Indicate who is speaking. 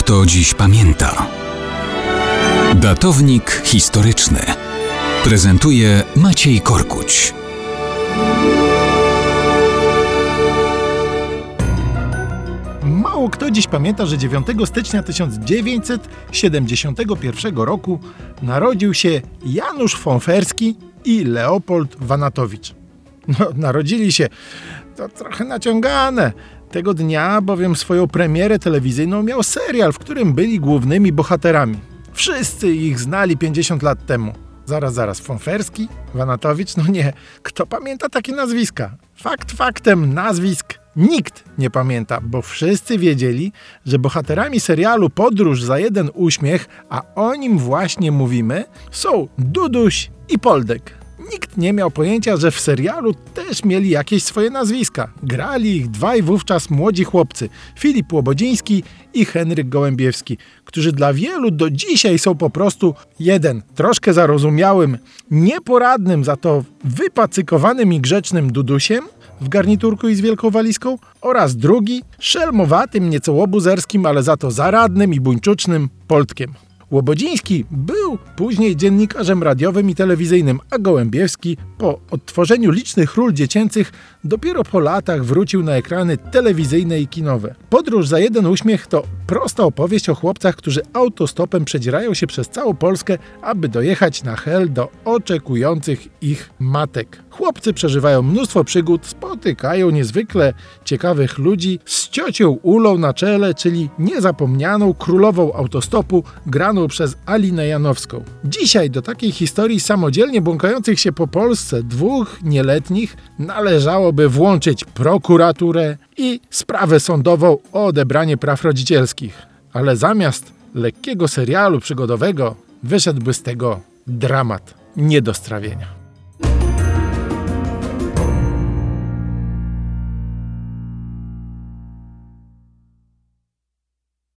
Speaker 1: kto dziś pamięta. Datownik historyczny prezentuje Maciej Korkuć.
Speaker 2: Mało kto dziś pamięta, że 9 stycznia 1971 roku narodził się Janusz Fonferski i Leopold Wanatowicz. Narodzili się, to trochę naciągane. Tego dnia bowiem swoją premierę telewizyjną miał serial, w którym byli głównymi bohaterami. Wszyscy ich znali 50 lat temu. Zaraz, Fonferski? Wanatowicz? Nie, kto pamięta takie nazwiska? Fakt faktem, nazwisk nikt nie pamięta, bo wszyscy wiedzieli, że bohaterami serialu Podróż za jeden uśmiech, a o nim właśnie mówimy, są Duduś i Poldek. Nikt nie miał pojęcia, że w serialu też mieli jakieś swoje nazwiska. Grali ich dwaj wówczas młodzi chłopcy, Filip Łobodziński i Henryk Gołębiewski, którzy dla wielu do dzisiaj są po prostu jeden, troszkę zarozumiałym, nieporadnym, za to wypacykowanym i grzecznym Dudusiem w garniturku i z wielką walizką oraz drugi, szelmowatym, nieco łobuzerskim, ale za to zaradnym i buńczucznym Poldkiem. Łobodziński był później dziennikarzem radiowym i telewizyjnym, a Gołębiewski po odtworzeniu licznych ról dziecięcych dopiero po latach wrócił na ekrany telewizyjne i kinowe. Podróż za jeden uśmiech to prosta opowieść o chłopcach, którzy autostopem przedzierają się przez całą Polskę, aby dojechać na Hel do oczekujących ich matek. Chłopcy przeżywają mnóstwo przygód, spotykają niezwykle ciekawych ludzi z ciocią Ulą na czele, czyli niezapomnianą królową autostopu graną przez Alinę Janowską. Dzisiaj do takiej historii samodzielnie błąkających się po Polsce dwóch nieletnich należałoby włączyć prokuraturę i sprawę sądową o odebranie praw rodzicielskich. Ale zamiast lekkiego serialu przygodowego wyszedłby z tego dramat nie do strawienia.